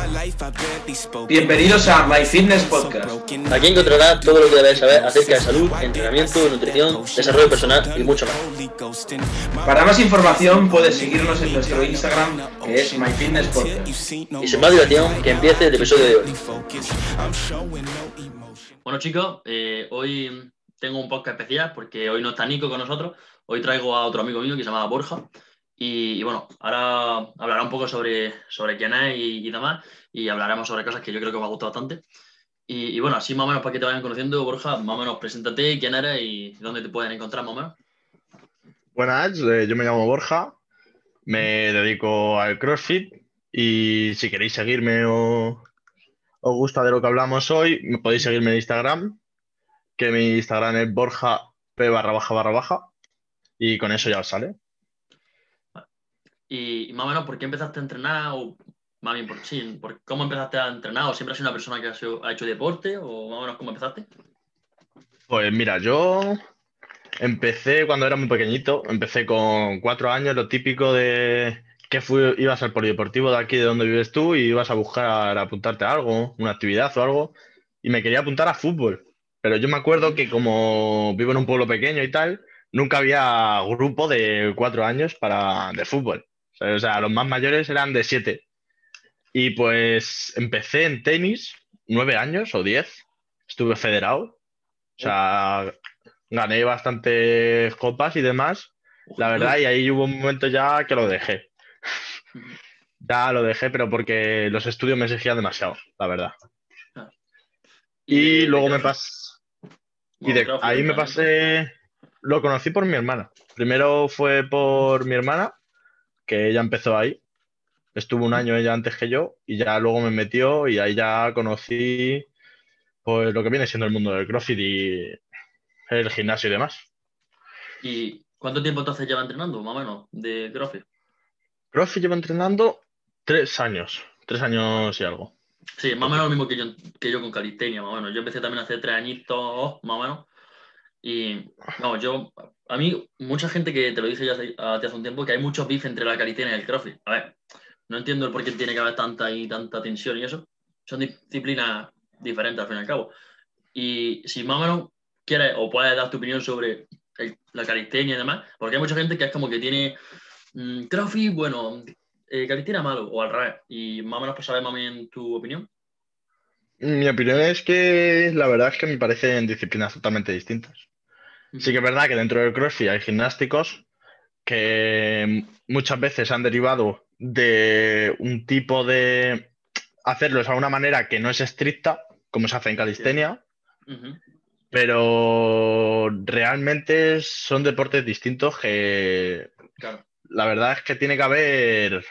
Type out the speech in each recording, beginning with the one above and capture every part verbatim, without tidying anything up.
Bienvenidos a My Fitness Podcast. Aquí encontrarás todo lo que debes saber acerca de salud, entrenamiento, nutrición, desarrollo personal y mucho más. Para más información puedes seguirnos en nuestro Instagram, que es My Fitness Podcast. Y sin más dilación, que empiece el episodio de hoy. Bueno chicos, eh, hoy tengo un podcast especial porque hoy no está Nico con nosotros. Hoy traigo a otro amigo mío que se llama Borja. Y, y bueno, ahora hablará un poco sobre, sobre quién es y, y demás. Y hablaremos sobre cosas que yo creo que os va a gustar bastante. Y, y bueno, así más o menos para que te vayan conociendo, Borja, más o menos preséntate, quién eres y dónde te pueden encontrar más o menos. Buenas, eh, yo me llamo Borja, me dedico al CrossFit y si queréis seguirme o os gusta de lo que hablamos hoy, me podéis seguirme en Instagram, que mi Instagram es borjap barra baja barra baja y con eso ya os sale. Y, y más o menos, ¿por qué empezaste a entrenar? O más bien, por, sí, por ¿cómo empezaste a entrenar? ¿O siempre has sido una persona que ha, sido- ha hecho deporte? ¿O más o menos cómo empezaste? Pues mira, yo empecé cuando era muy pequeñito, empecé con cuatro años, lo típico de que fui, ibas al polideportivo de aquí de donde vives tú y ibas a buscar apuntarte a algo, una actividad o algo, y me quería apuntar a fútbol. Pero yo me acuerdo que como vivo en un pueblo pequeño y tal, nunca había grupo de cuatro años para, de fútbol. O sea, los más mayores eran de siete. Y pues empecé en tenis, nueve años o diez, estuve federado. O sea, gané bastantes copas y demás, la verdad, y ahí hubo un momento ya que lo dejé. Ya lo dejé, pero porque los estudios me exigían demasiado, la verdad. Y Y de, de luego me CrossFit. pasé, y Bueno, de CrossFit, ahí me entrenamiento. pasé, lo conocí por mi hermana. Primero fue por mi hermana, que ella empezó ahí. Estuvo un año ella antes que yo y ya luego me metió y ahí ya conocí pues lo que viene siendo el mundo del CrossFit y el gimnasio y demás. ¿Y cuánto tiempo entonces lleva entrenando, más o menos, de CrossFit? CrossFit llevo entrenando tres años, tres años y algo. Sí, Un más o menos lo poquito. mismo que yo, que yo con calistenia, más o menos. Yo empecé también hace tres añitos, más o menos. Y, vamos, yo, a mí, mucha gente que te lo dije ya hace, hace hace un tiempo, que hay muchos beef entre la calistenia y el CrossFit. A ver, no entiendo el por qué tiene que haber tanta y tanta tensión y eso. Son disciplinas diferentes al fin y al cabo. Y si más o menos quieres o puedes dar tu opinión sobre el- la calistenia y demás, porque hay mucha gente que es como que tiene mm, CrossFit, bueno, eh, calistenia malo, o al revés. Y más o menos para saber más bien tu opinión. Mi opinión es que la verdad es que me parecen disciplinas totalmente distintas. Sí Ujú. que es verdad que dentro del CrossFit hay gimnásticos que muchas veces han derivado de un tipo de hacerlos a una manera que no es estricta, como se hace en Cierto. calistenia, Ujú. pero realmente son deportes distintos que Claro. la verdad es que tiene que haber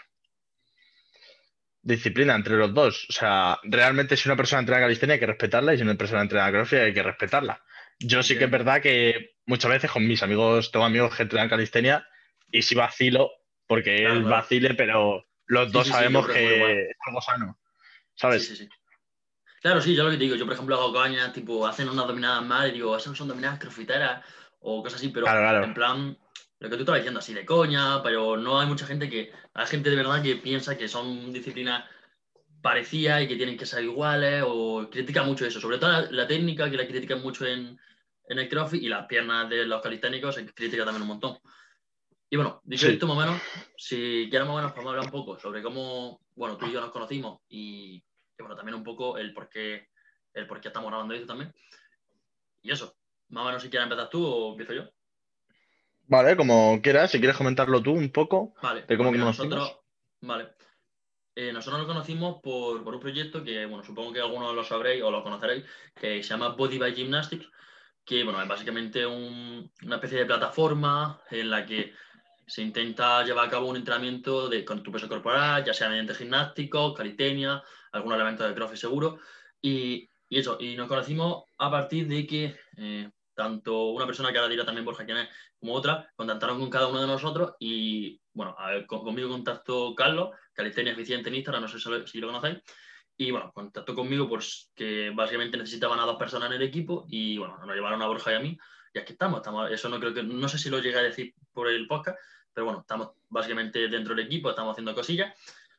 disciplina entre los dos. O sea, realmente si una persona entrena calistenia hay que respetarla y si una persona entrena CrossFit hay que respetarla. Yo sí que es Entiendo. verdad que muchas veces con mis amigos, tengo amigos que entrenan calistenia y sí vacilo porque Claro, él claro. vacile, pero los Sí, dos sí, sí, yo sabemos por ejemplo igual. que es algo sano, Sí, sí, ¿sabes? sí. Claro, sí, yo lo que te digo, yo por ejemplo hago cañas, tipo, hacen unas dominadas mal y digo, esas no son dominadas crossfiteras o cosas así, pero Claro, claro. en plan, lo que tú estabas diciendo, así de coña, pero no hay mucha gente que, hay gente de verdad que piensa que son disciplinas parecidas y que tienen que ser iguales o critica mucho eso, sobre todo la, la técnica que la critican mucho en, en el CrossFit y las piernas de los calisténicos se critica también un montón. Y bueno, dicho Sí. esto, más o menos, si quieres más o menos podemos hablar un poco sobre cómo, bueno, tú y yo nos conocimos y, y, bueno, también un poco el por qué, el por qué estamos grabando esto también. Y eso, más o menos si quieres empezar tú o empiezo yo. Vale, como quieras, si quieres comentarlo tú un poco Vale, de pues cómo mira, nosotros, conocimos. vale, eh, nosotros nos conocimos por, por un proyecto que, bueno, supongo que algunos lo sabréis o lo conoceréis, que se llama Body by Gymnastics, que, bueno, es básicamente un, una especie de plataforma en la que se intenta llevar a cabo un entrenamiento de, con tu peso corporal, ya sea mediante gimnásticos, calistenia, algún elemento de CrossFit seguro. Y, y eso, y nos conocimos a partir de que eh, tanto una persona que ahora dirá también Borja quién es, como otra, contactaron con cada uno de nosotros y, bueno, a ver, con, conmigo contactó Carlos, Calistenia Eficiente en Instagram, no sé si lo, si lo conocéis. Y bueno, contactó conmigo porque básicamente necesitaban a dos personas en el equipo y bueno, nos llevaron a Borja y a mí. Y aquí estamos, estamos. Eso no creo que, no sé si lo llegué a decir por el podcast, pero bueno, estamos básicamente dentro del equipo, estamos haciendo cosillas.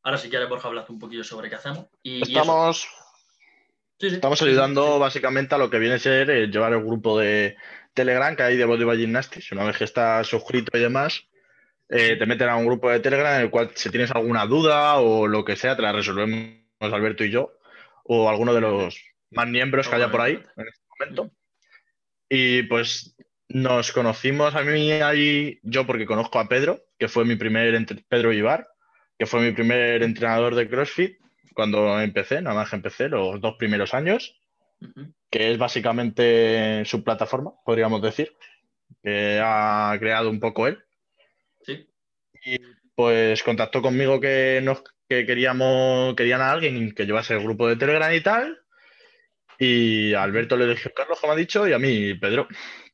ahora si quieres, Borja, hablaste un poquillo sobre qué hacemos. Y, y Estamos, sí, sí, estamos sí, sí, ayudando sí. básicamente a lo que viene a ser eh, llevar el grupo de Telegram que hay de Body by Gymnastics. Una vez que estás suscrito y demás, eh, te meten a un grupo de Telegram en el cual si tienes alguna duda o lo que sea, te la resolvemos Alberto y yo, o alguno de Muy bien. los más miembros que Alguna haya vez por ahí diferente. en este momento. Ujú. Y pues nos conocimos a mí ahí, yo porque conozco a Pedro, que fue mi primer, entre- Pedro Ibar, que fue mi primer entrenador de CrossFit cuando empecé, nada más que empecé, los dos primeros años, Ujú. que es básicamente su plataforma, podríamos decir, que ha creado un poco él. Sí, Y pues contactó conmigo que, nos, que queríamos, querían a alguien que llevase el grupo de Telegram y tal. Y a ujú. Alberto le dije Carlos, como ha dicho, y a mí Pedro.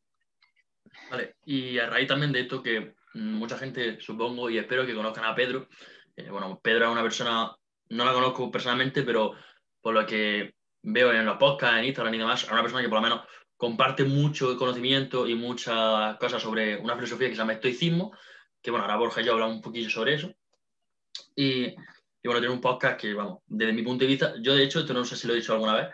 Vale. Y a raíz también de esto que mm, mucha gente, supongo, y espero que conozcan a Pedro. Eh, bueno, Pedro es una persona, no la conozco personalmente, pero por lo que veo en los podcasts, en Instagram y demás, es una persona que por lo menos comparte mucho conocimiento y muchas cosas sobre una filosofía que se llama estoicismo, que bueno, ahora Borja y yo hablamos un poquillo sobre eso. Y, y bueno, tiene un podcast que, vamos, desde mi punto de vista, yo de hecho, esto no sé si lo he dicho alguna vez,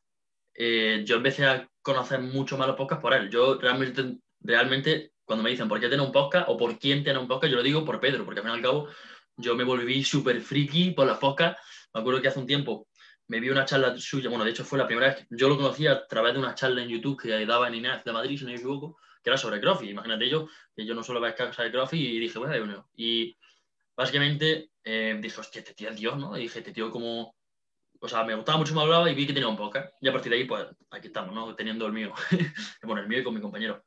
eh, yo empecé a conocer mucho más los podcasts por él. Yo realmente, realmente, cuando me dicen por qué tiene un podcast o por quién tiene un podcast, yo lo digo por Pedro, porque al fin y al cabo yo me volví súper friki por los podcasts. Me acuerdo que hace un tiempo me vi una charla suya, bueno, de hecho fue la primera vez, que yo lo conocí a través de una charla en YouTube que daba en INEF de Madrid, si no me equivoco, que era sobre CrossFit. Imagínate yo, que yo no suelo ver casas de CrossFit y dije, bueno, bueno. Y básicamente eh, dije, hostia, este tío es Dios, ¿no? Y dije, este tío como o sea, me gustaba mucho, me hablaba y vi que tenía un podcast. Y a partir de ahí, pues aquí estamos, ¿no? Teniendo el mío. Bueno, el mío y con mi compañero.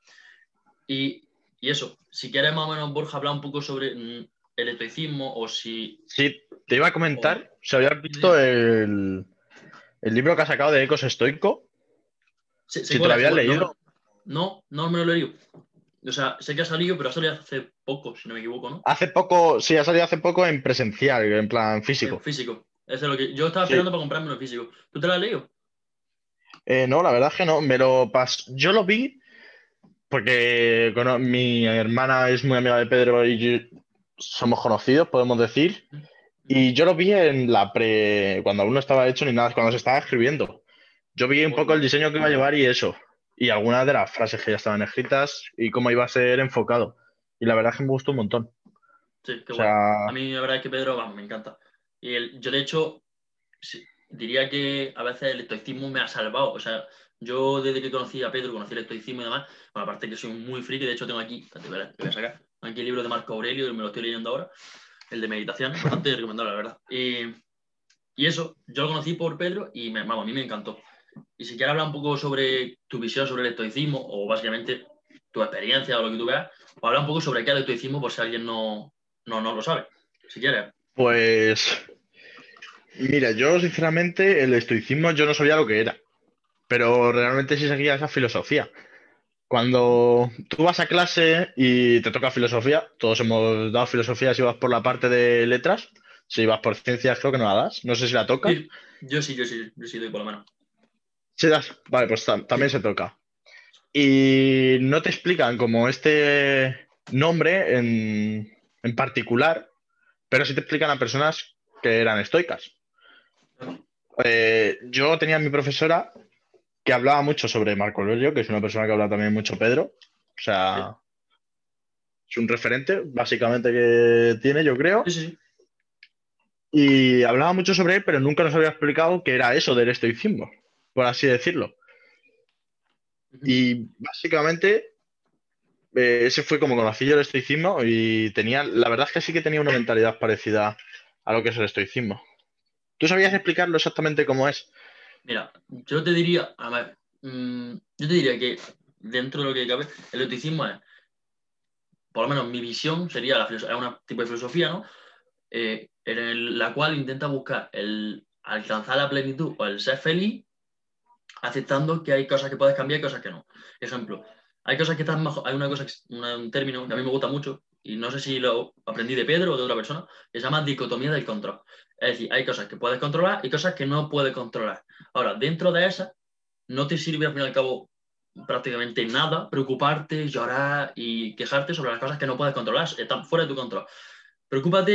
Y, y eso, si quieres más o menos, Borja, hablar un poco sobre mm, el estoicismo o si... Sí, te iba a O, comentar si habías sí, visto sí. el, el libro que ha sacado de Ecos Estoico, Sé, sé si te cuál lo es, sé habías cuál- no, leído. no, no me lo he leído. O sea, sé que ha salido, pero ha salido hace poco, si no me equivoco, ¿no? Hace poco, sí, ha salido hace poco en presencial, en plan En físico. físico. Eso es lo que yo estaba Sí. esperando para comprarme en físico. ¿Tú te lo has leído? Eh, no, la verdad es que no. Me lo pas... Yo lo vi porque cono- mi hermana es muy amiga de Pedro y yo- somos conocidos, podemos decir. Ujú, ujú. Y yo lo vi en la pre, cuando aún no estaba hecho ni nada, cuando se estaba escribiendo. Yo vi un Pues, poco el diseño que iba a llevar y eso. Y algunas de las frases que ya estaban escritas y cómo iba a ser enfocado. Y la verdad es que me gustó un montón. sí, qué O guay. A sea, mí la verdad es que Pedro, vamos, me encanta. Y el- yo de hecho sí, diría que a veces el estoicismo me ha salvado. O sea, yo desde que conocí a Pedro, conocí el estoicismo y demás, bueno, aparte que soy muy friki, de hecho tengo aquí, espérate, verás, te voy a sacar, aquí el libro de Marco Aurelio, y me lo estoy leyendo ahora, el de meditación, bastante recomendable, la verdad. Y, y eso, yo lo conocí por Pedro y me, vamos, a mí me encantó. Y si quieres hablar un poco sobre tu visión sobre el estoicismo, o básicamente tu experiencia o lo que tú veas, o hablar un poco sobre qué es el estoicismo por si alguien no, no, no lo sabe. Si quieres. pues mira, yo sinceramente el estoicismo yo no sabía lo que era, pero realmente sí seguía esa filosofía. Cuando tú vas a clase y te toca filosofía, todos hemos dado filosofía si vas por la parte de letras, si vas por ciencias creo que no la das, no sé si la tocas. Sí, yo sí, yo sí, yo sí doy por lo menos. Sí das, vale, pues tam- también Sí. se toca. Y no te explican como este nombre en, en particular, pero sí te explican a personas que eran estoicas. Eh, yo tenía a mi profesora que hablaba mucho sobre Marco Aurelio, que es una persona que habla también mucho Pedro. O Sí, sea, es un referente básicamente que tiene, yo sí, creo. sí. Sí. Y hablaba mucho sobre él, pero nunca nos había explicado qué era eso del estoicismo, por así decirlo. Ujú. Y básicamente eh, ese fue como conocí yo el estoicismo y tenía, la verdad es que sí que tenía una mentalidad parecida a lo que es el estoicismo. ¿Tú sabías explicarlo exactamente cómo es? Mira, yo te diría, a ver, mm, yo te diría que dentro de lo que cabe, el estoicismo es, por lo menos mi visión sería la filoso- es un tipo de filosofía, ¿no? Eh, en el- la cual intenta buscar el alcanzar la plenitud o el ser feliz, aceptando que hay cosas que puedes cambiar y cosas que no. Ejemplo, hay cosas que están mejor, hay una cosa, que- una- un término que a mí me gusta mucho, y no sé si lo aprendí de Pedro o de otra persona, que se llama dicotomía del control. Es decir, hay cosas que puedes controlar y cosas que no puedes controlar. Ahora, dentro de esas, no te sirve al fin y al cabo prácticamente nada preocuparte, llorar y quejarte sobre las cosas que no puedes controlar, están fuera de tu control. Preocúpate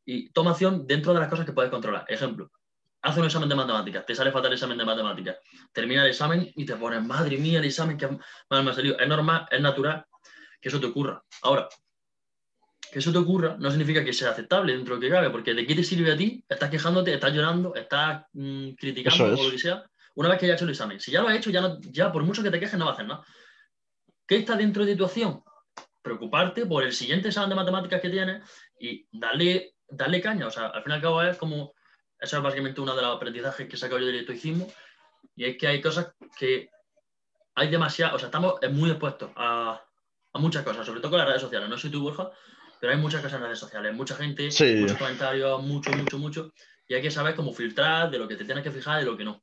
y toma acción dentro de las cosas que puedes controlar. Ejemplo, haz un examen de matemáticas, te sale fatal el examen de matemáticas, termina el examen y te pones, madre mía, el examen que mal me ha salido. Es normal, es natural que eso te ocurra. Ahora, que eso te ocurra no significa que sea aceptable dentro de lo que cabe, porque ¿de qué te sirve a ti? Estás quejándote, estás llorando, estás mmm, criticando o lo que sea, una vez que hayas hecho el examen. Si ya lo has hecho, ya, no, ya por mucho que te quejes no vas a hacer nada. ¿Qué está dentro de tu acción? Preocuparte por el siguiente examen de matemáticas que tienes y darle, darle caña. O sea, al fin y al cabo es como... Eso es básicamente uno de los aprendizajes que he sacado yo del estoicismo, y es que hay cosas que hay demasiado... O sea, estamos muy expuestos a, a muchas cosas, sobre todo con las redes sociales. No soy tú, Borja, pero hay muchas cosas en redes sociales, mucha gente, sí. muchos comentarios, mucho, mucho, mucho, y hay que saber cómo filtrar de lo que te tienes que fijar y de lo que no.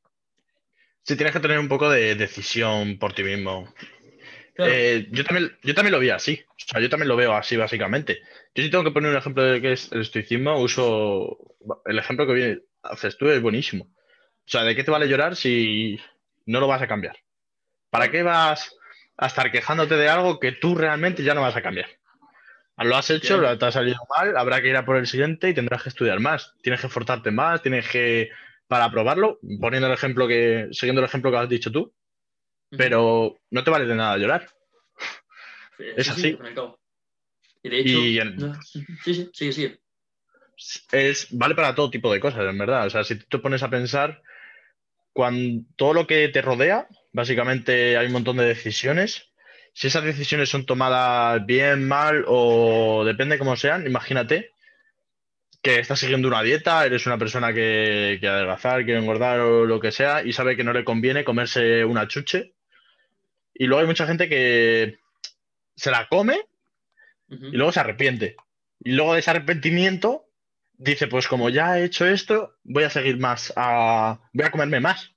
Sí, tienes que tener un poco de decisión por ti mismo. Claro. Eh, yo, también, yo también lo vi así, o sea, yo también lo veo así, básicamente. Yo sí tengo que poner un ejemplo de qué es el estoicismo, uso el ejemplo que viene, haces tú, es buenísimo. O sea, ¿de qué te vale llorar si no lo vas a cambiar? ¿Para Claro. qué vas a estar quejándote de algo que tú realmente ya no vas a cambiar? Lo has hecho, Que, lo te ha salido mal, habrá que ir a por el siguiente y tendrás que estudiar más. Tienes que esforzarte más, tienes que, para aprobarlo, poniendo el ejemplo que, siguiendo el ejemplo que has dicho tú, pero no te vale de nada llorar. Es sí, sí, al así. fin y al cabo. Y de hecho, Y en- no, sí, sí, sí, sí. es, vale para todo tipo de cosas, en verdad. O sea, si tú te pones a pensar, cuando todo lo que te rodea, básicamente hay un montón de decisiones. Si esas decisiones son tomadas bien, mal o depende cómo sean, imagínate que estás siguiendo una dieta, eres una persona que quiere adelgazar, quiere engordar o lo que sea y sabe que no le conviene comerse una chuche. Y luego hay mucha gente que se la come y Uh-huh. luego se arrepiente. Y luego de ese arrepentimiento dice, pues como ya he hecho esto, voy a seguir más, a... voy a comerme más.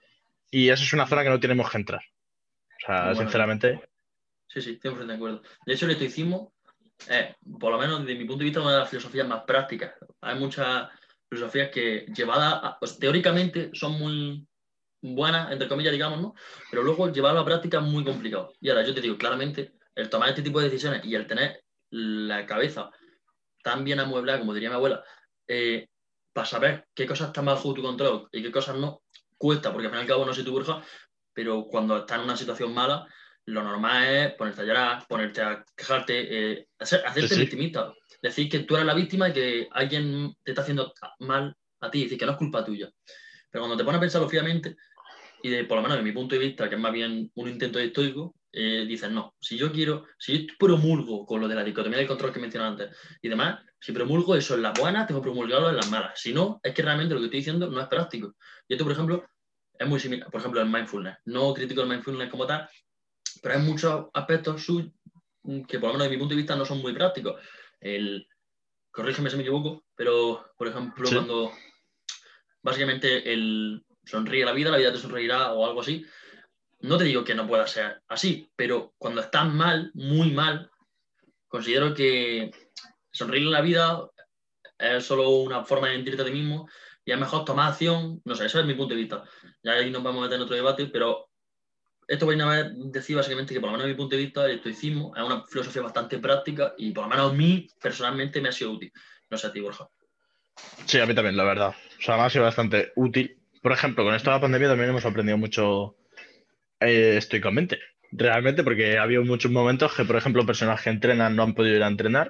Y eso es una zona que no tenemos que entrar. O Muy sea, bueno, tío. sinceramente, Sí, sí, cien por ciento de acuerdo. De hecho, el estoicismo es, por lo menos desde mi punto de vista, una de las filosofías más prácticas. Hay muchas filosofías que, llevadas, a- pues, teóricamente, son muy buenas, entre comillas, digamos, ¿no? Pero luego llevarlo a la práctica es muy complicado. Y ahora, yo te digo, claramente, el tomar este tipo de decisiones y el tener la cabeza tan bien amueblada, como diría mi abuela, eh, para saber qué cosas están bajo tu control y qué cosas no, cuesta, porque al fin y al cabo no soy tu Borja, pero cuando estás en una situación mala, lo normal es ponerte a llorar, ponerte a quejarte, eh, hacer, sí, hacerte sí, victimista, decir que tú eres la víctima y que alguien te está haciendo mal a ti, decir que no es culpa tuya. Pero cuando te pones a pensarlo fríamente, y de, por lo menos de mi punto de vista, que es más bien un intento estoico, eh, dices, no, si yo quiero, si yo promulgo con lo de la dicotomía del control que mencioné antes y demás, si promulgo eso en las buenas, tengo que promulgarlo en las malas. Si no, es que realmente lo que estoy diciendo no es práctico. Y esto, por ejemplo, es muy similar, por ejemplo, el mindfulness. No critico el mindfulness como tal, pero hay muchos aspectos suyos que, por lo menos de mi punto de vista, no son muy prácticos. El, corrígeme si me equivoco, pero, por ejemplo, sí. cuando básicamente el sonríe la vida, la vida te sonreirá o algo así. No te digo que no pueda ser así, pero cuando estás mal, muy mal, considero que sonreír en la vida es solo una forma de sentirte a ti mismo y es mejor tomar acción. No sé, eso es mi punto de vista. Ya ahí nos vamos a meter en otro debate, pero esto voy a decir básicamente que, por lo menos desde mi punto de vista, el estoicismo es una filosofía bastante práctica y, por lo menos a mí, personalmente, me ha sido útil. No sé a ti, Borja. Sí, a mí también, la verdad. O sea, me ha sido bastante útil. Por ejemplo, con esto de la pandemia también hemos aprendido mucho eh, estoicamente. Realmente, porque ha habido muchos momentos que, por ejemplo, personas que entrenan no han podido ir a entrenar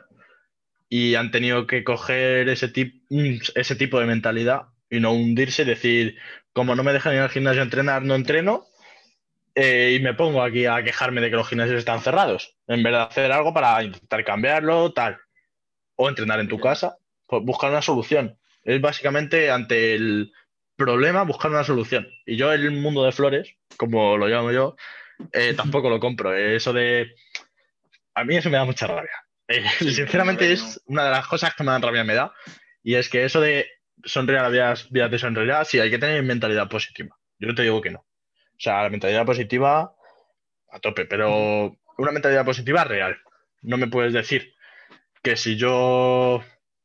y han tenido que coger ese, tip- mm, ese tipo de mentalidad y no hundirse y decir, como no me dejan ir al gimnasio a entrenar, no entreno, eh, y me pongo aquí a quejarme de que los gimnasios están cerrados, en vez de hacer algo para intentar cambiarlo, tal, o entrenar en tu Entiendo. casa, pues buscar una solución. Es básicamente ante el problema buscar una solución. Y yo el mundo de flores, como lo llamo yo, eh, tampoco lo compro. Eh, Eso de... A mí eso me da mucha rabia. Eh, Sí, a mí a sinceramente ver, no. es una de las cosas que me dan rabia me da. Y es que eso de sonreír a la vida, vida de sonreír, sí, hay que tener mentalidad positiva. Yo no te digo que no. O sea, la mentalidad positiva a tope, Uh-huh. pero una mentalidad positiva real. No me puedes decir que si yo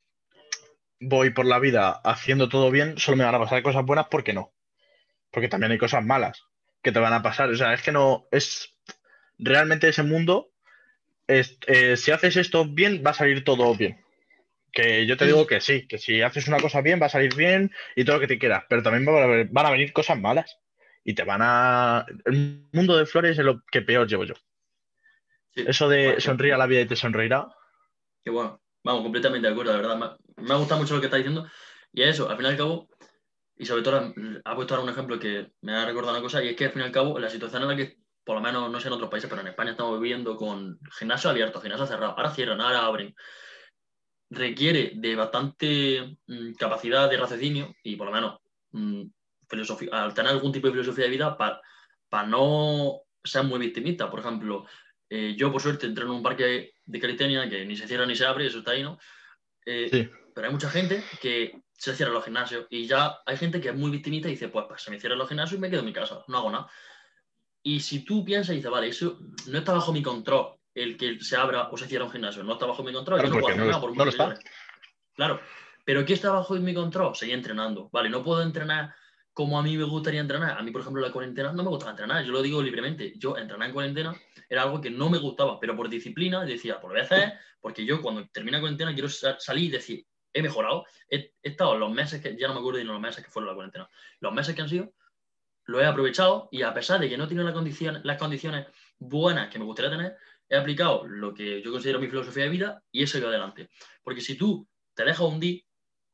voy por la vida haciendo todo bien, solo me van a pasar cosas buenas, porque no. Porque también hay cosas malas que te van a pasar. O sea, es que no es realmente ese mundo. Es, eh, si haces esto bien, va a salir todo bien. Que yo te digo que sí, que si haces una cosa bien va a salir bien y todo lo que te quieras, pero también van a, ver- van a venir cosas malas y te van a... El mundo de flores es lo que peor llevo yo. Sí, Eso de vale, que, sonríe a la vida y te sonreirá. que bueno, vamos, completamente de acuerdo, la verdad. Me, me ha gustado mucho lo que está diciendo. Y eso, al fin y al cabo, y sobre todo ha puesto ahora un ejemplo que me ha recordado una cosa, y es que al fin y al cabo, la situación en la que, por lo menos, no sé en otros países, pero en España estamos viviendo con gimnasio abierto, gimnasio cerrado, ahora cierran, ahora abren, requiere de bastante mm, capacidad de raciocinio y por lo menos mm, filosofía, al tener algún tipo de filosofía de vida para no ser muy victimista. Por ejemplo, eh, yo por suerte entré en un parque de calistenia que ni se cierra ni se abre, eso está ahí, ¿no? Eh, Sí, pero hay mucha gente que se cierra los gimnasios y ya hay gente que es muy victimista y dice, pues, pues se me cierran los gimnasios y me quedo en mi casa, no hago nada. Y si tú piensas y dices, vale, eso no está bajo mi control, el que se abra o se cierre un gimnasio, no está bajo mi control, yo claro, no puedo porque hacer no lo, nada por no mucho lo que está. llore. Claro, pero ¿qué está bajo mi control? Seguir entrenando. Vale, no puedo entrenar como a mí me gustaría entrenar. A mí, por ejemplo, la cuarentena no me gustaba entrenar, yo lo digo libremente. Yo entrenar en cuarentena era algo que no me gustaba, pero por disciplina decía, pues lo voy a hacer, porque yo cuando termine la cuarentena quiero sa- salir y decir, he mejorado. He, he estado los meses que, ya no me acuerdo de los meses que fueron la cuarentena, los meses que han sido, lo he aprovechado y a pesar de que no tiene las condiciones, las condiciones buenas que me gustaría tener, he aplicado lo que yo considero mi filosofía de vida y he seguido adelante. Porque si tú te dejas hundir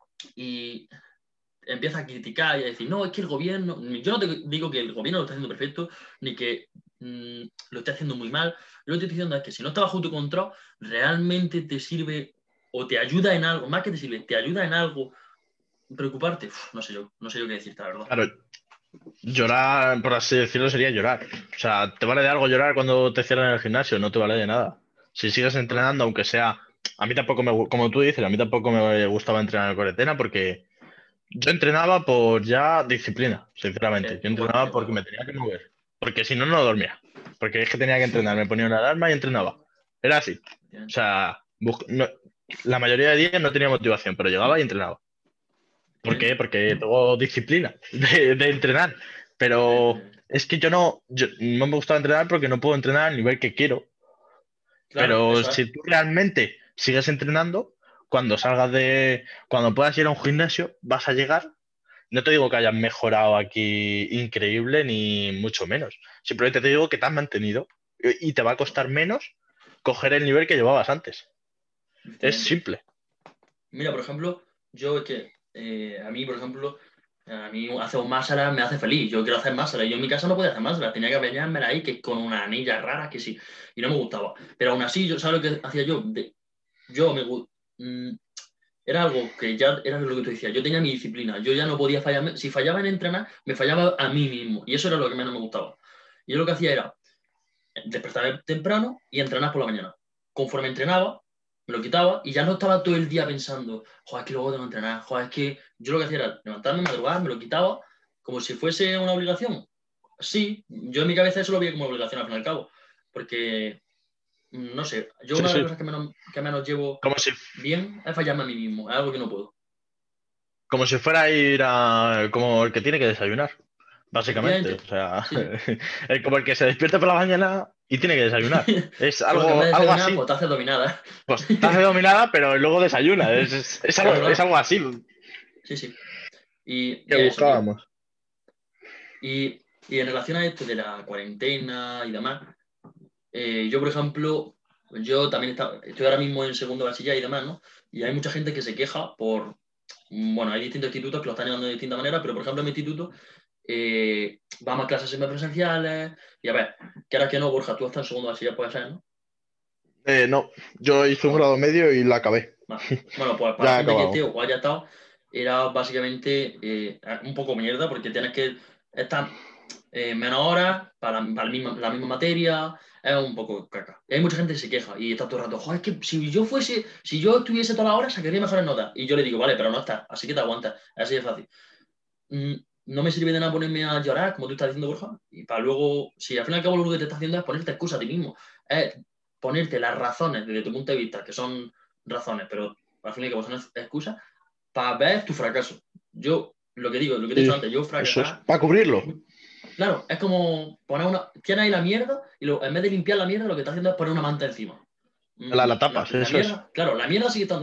y empiezas a criticar y a decir, no, es que el gobierno, yo no te digo que el gobierno lo está haciendo perfecto, ni que mmm, lo esté haciendo muy mal, yo lo que estoy diciendo es que si no está bajo tu control, realmente te sirve o te ayuda en algo, más que te sirve, te ayuda en algo, preocuparte, uf, no sé yo, no sé yo qué decirte, la verdad. Claro, llorar, por así decirlo, sería llorar. O sea, ¿te vale de algo llorar cuando te cierran el gimnasio? No te vale de nada. Si sigues Claro, entrenando, aunque sea... A mí tampoco me... gu- Como tú dices, a mí tampoco me gustaba entrenar en cuarentena porque yo entrenaba por ya disciplina, sinceramente. eh, Yo igual, entrenaba igual, porque me igual. tenía que mover. Porque si no, no dormía. Porque es que tenía que entrenar. Me ponía una alarma y entrenaba. Era así. O sea, bus- no- la mayoría de días no tenía motivación, pero llegaba y entrenaba. ¿Por Bien, qué? Porque tengo disciplina de, de entrenar. bien, Pero bien. es que yo no, yo, no me gustaba entrenar porque no puedo entrenar al nivel que quiero. Claro, Pero eso es. si tú realmente sigues entrenando, cuando salgas de, cuando puedas ir a un gimnasio, vas a llegar. No te digo que hayas mejorado aquí increíble, ni mucho menos. Simplemente te digo que te has mantenido y y te va a costar menos coger el nivel que llevabas antes. Es Efectivamente. simple. Mira, por ejemplo, yo es que eh, a mí, por ejemplo, a mí hacer un máscara me hace feliz. Yo quiero hacer máscara. Yo en mi casa no podía hacer máscara. Tenía que apañármela ahí que con una anilla rara que sí. Y no me gustaba. Pero aún así, yo, ¿sabes lo que hacía yo? De- yo me gu- mm, era algo que ya era lo que tú decías. Yo tenía mi disciplina. Yo ya no podía fallarme. Si fallaba en entrenar, me fallaba a mí mismo. Y eso era lo que menos me gustaba. Y yo lo que hacía era despertarme temprano y entrenar por la mañana. Conforme entrenaba, me lo quitaba y ya no estaba todo el día pensando, joder, es que luego tengo que entrenar, joder, es que yo lo que hacía era levantarme, madrugar, me lo quitaba como si fuese una obligación. Sí, yo en mi cabeza eso lo veía como una obligación al fin y al cabo, porque, mm, no sé, yo Sí, una de las sí. cosas que menos, que menos llevo Como si, bien es fallarme a mí mismo, es algo que no puedo. como si fuera a ir a, como el que tiene que desayunar, básicamente. O Efectivamente, sea, sí, sí. es como el que se despierta por la mañana y tiene que desayunar. Es Solo que en vez algo, de algo desayunar, así. pues te haces dominada. Pues te hace dominada, pero luego desayuna. Es, es, es algo, Claro, es claro. algo así Sí, sí. Y, que y eso, tío. buscábamos. Y, y en relación a esto de la cuarentena y demás, eh, yo, por ejemplo, yo también está- estoy ahora mismo en segundo de bachiller y demás, ¿no? Y hay mucha gente que se queja por, mm, bueno, hay distintos institutos que lo están llevando de distinta manera, pero por ejemplo en mi instituto eh, vamos a clases semipresenciales y a ver, que ahora que no, Borja, tú estás en segundo de bachiller, puede ser, ¿no? Eh, no, yo hice un Bueno, grado medio y la acabé. vale. Bueno, pues para la Ya he gente que acabado. esté o haya estado, era básicamente eh, un poco mierda porque tienes que estar eh, menos horas para, para la, misma, la misma materia, es un poco caca. Y hay mucha gente que se queja y está todo el rato, joder, es que si yo fuese, si yo estuviese toda la hora, sacaría mejores notas. Y yo le digo, vale, pero no estás, así que te aguantas, así de fácil. Mm, no me sirve de nada ponerme a llorar, como tú estás diciendo, Borja, y para luego, si al fin y al cabo lo único que te está haciendo es ponerte excusa a ti mismo, es ponerte las razones desde tu punto de vista, que son razones, pero al fin y al cabo son excusas, para ver tu fracaso. Yo, lo que digo, lo que te he dicho Sí, antes, yo eso es. fracasar. Para cubrirlo. Claro, es como poner una. Tienes ahí la mierda y lo- en vez de limpiar la mierda, lo que está haciendo es poner una manta encima. La, Mm, la La, tapas, la eso es. mierda, claro, la mierda sigue estando ahí.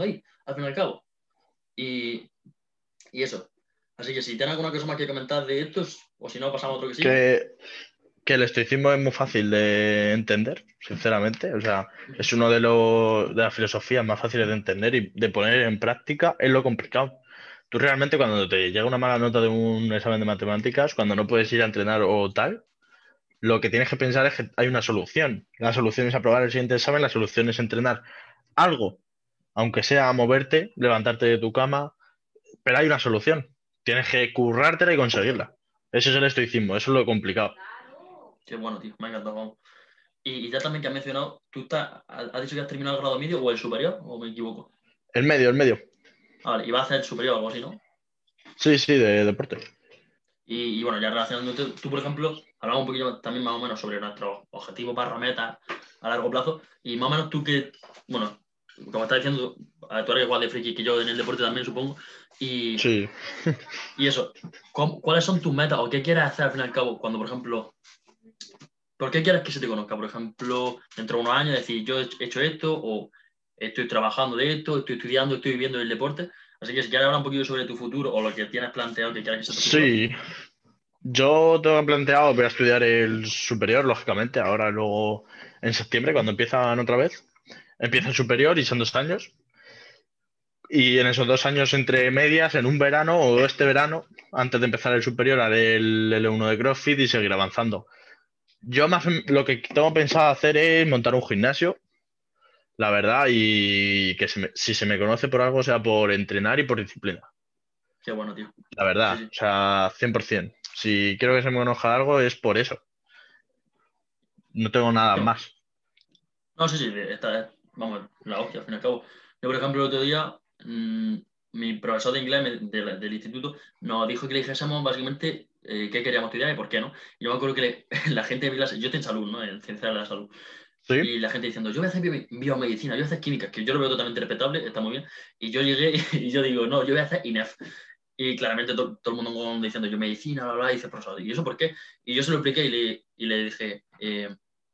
al fin y al cabo. Y, y eso. Así que si tienes alguna cosa más que comentar de estos, o si no, pasamos a otro que sí. Que, que el estoicismo es muy fácil de entender, sinceramente. O sea, es uno de, los, de las filosofías más fáciles de entender y de poner en práctica es lo complicado. Tú realmente cuando te llega una mala nota de un examen de matemáticas, cuando no puedes ir a entrenar o tal, lo que tienes que pensar es que hay una solución. La solución es aprobar el siguiente examen, la solución es entrenar algo, aunque sea moverte, levantarte de tu cama, pero hay una solución. Tienes que currártela y conseguirla. Ese es el estoicismo, eso es lo complicado. Qué bueno, tío, me ha encantado, vamos. Y, y ya también que has mencionado, ¿tú estás, has dicho que has terminado el grado medio o el superior? ¿O me equivoco? El medio, el medio. Ah, vale, y vas a hacer el superior o algo así, ¿no? Sí, sí, de deporte. Y, y bueno, ya relacionándote, tú, por ejemplo, hablamos un poquillo también más o menos sobre nuestros objetivos barra metas a largo plazo. Y más o menos tú que, bueno, como estás diciendo, a- tú eres igual de friki que yo en el deporte también, supongo. Y, Sí. y eso, ¿cómo- ¿cuáles son tus metas o qué quieres hacer al fin y al cabo cuando, por ejemplo, ¿por qué quieres que se te conozca? Por ejemplo, dentro de unos años decir, yo he hecho esto o estoy trabajando de esto, estoy estudiando, estoy viviendo el deporte. Así que si quieres hablar un poquito sobre tu futuro o lo que tienes planteado que quieres que sea tu futuro. Sí. Yo tengo planteado, voy a estudiar el superior, lógicamente, ahora luego en septiembre, cuando empiezan otra vez. Empieza el superior y son dos años. Y en esos dos años entre medias, en un verano o este verano, antes de empezar el superior, haré el L uno de CrossFit y seguir avanzando. Yo más lo que tengo pensado hacer es montar un gimnasio, la verdad, y que se me- si se me conoce por algo sea por entrenar y por disciplina. Qué bueno, tío. La Sí, verdad, sí. o sea, cien por ciento. Si quiero que se me conozca algo es por eso. No tengo nada Qué bueno. más. No, sí, sí, esta es, vamos, la hostia, al fin y al cabo. Yo, por ejemplo, el otro día, mmm, mi profesor de inglés me- de la- del instituto nos dijo que le dijésemos básicamente eh, qué queríamos estudiar y por qué no. Y yo me acuerdo que le- la gente de mi clase, yo estoy en salud, ¿no? En ciencia de la salud. ¿Sí? Y la gente diciendo, yo voy a hacer bio- biomedicina, yo voy a hacer química, que yo lo veo totalmente respetable, está muy bien. Y yo llegué y yo digo, no, yo voy a hacer I N E F. Y claramente to- todo el mundo con- diciendo, yo medicina, bla, bla, y dice, profesor, ¿y eso por qué? Y yo se lo expliqué y le, y le dije, eh,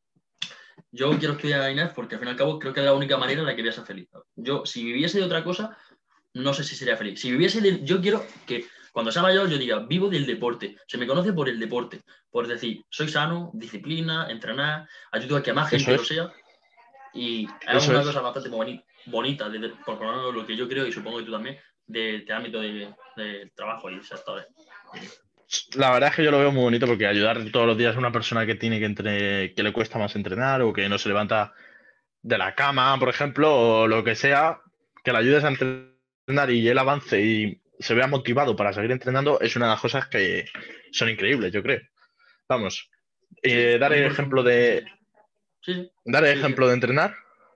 yo quiero estudiar I N E F porque al fin y al cabo creo que es la única manera en la que voy a ser feliz. Yo, si viviese de otra cosa, no sé si sería feliz. Si viviese de... Yo quiero que cuando sea mayor yo diga, vivo del deporte. Se me conoce por el deporte. Por decir, soy sano, disciplina, entrenar, ayudo a que más Eso gente lo es. sea. Y es Eso una es. cosa bastante boni- bonita, de, de- por lo menos lo que yo creo y supongo que tú también, de este ámbito de, de trabajo y sectores. La verdad es que yo lo veo muy bonito porque ayudar todos los días a una persona que tiene que entre... que le cuesta más entrenar o que no se levanta de la cama, por ejemplo, o lo que sea, que le ayudes a entrenar y él avance y se vea motivado para seguir entrenando, es una de las cosas que son increíbles, yo creo. Vamos, Sí, eh, dar a mí, el por ejemplo ejemplo, de sí, sí, dar el sí, sí. ejemplo de entrenar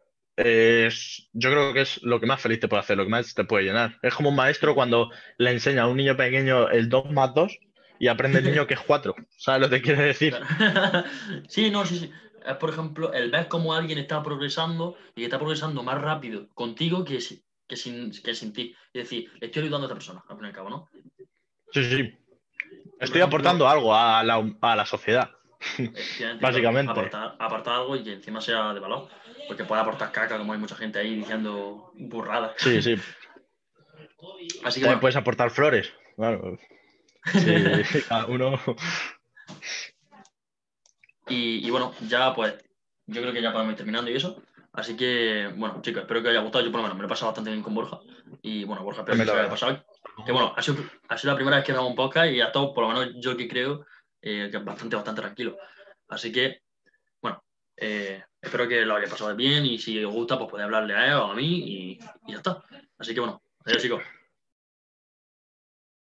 es, yo creo que es lo que más feliz te puede hacer, lo que más te puede llenar. Es como un maestro cuando le enseña a un niño pequeño el dos más dos y aprende el niño que es cuatro. ¿Sabes lo que quiere decir? Claro. Sí, no, sí, sí. Es, por ejemplo, el ver cómo alguien está progresando y que está progresando más rápido contigo que, si- que, sin, que sin ti. Es decir, le estoy ayudando a esta persona, al fin y al cabo, ¿no? Sí, sí. Yo, por Estoy aportando ejemplo, algo a la, a la sociedad, efectivamente, claro, básicamente. aportar, aportar algo y que encima sea de valor. Porque puede aportar caca, como hay mucha gente ahí diciendo burradas. Sí, sí. Así que También bueno. puedes aportar flores. Claro. Sí, cada uno. Y, y bueno, ya pues, yo creo que ya podemos ir terminando y eso. Así que, bueno, chicos, espero que os haya gustado. Yo por lo menos me lo he pasado bastante bien con Borja. Y bueno, Borja, espero que También se la lo haya verdad. pasado. Que bueno, ha sido, ha sido la primera vez que grabamos un podcast y ha estado, por lo menos yo que creo, eh, que es bastante, bastante tranquilo. Así que, bueno, eh, espero que lo hayáis pasado bien y si os gusta, pues podéis hablarle a él o a mí y, y ya está. Así que bueno, adiós, chicos.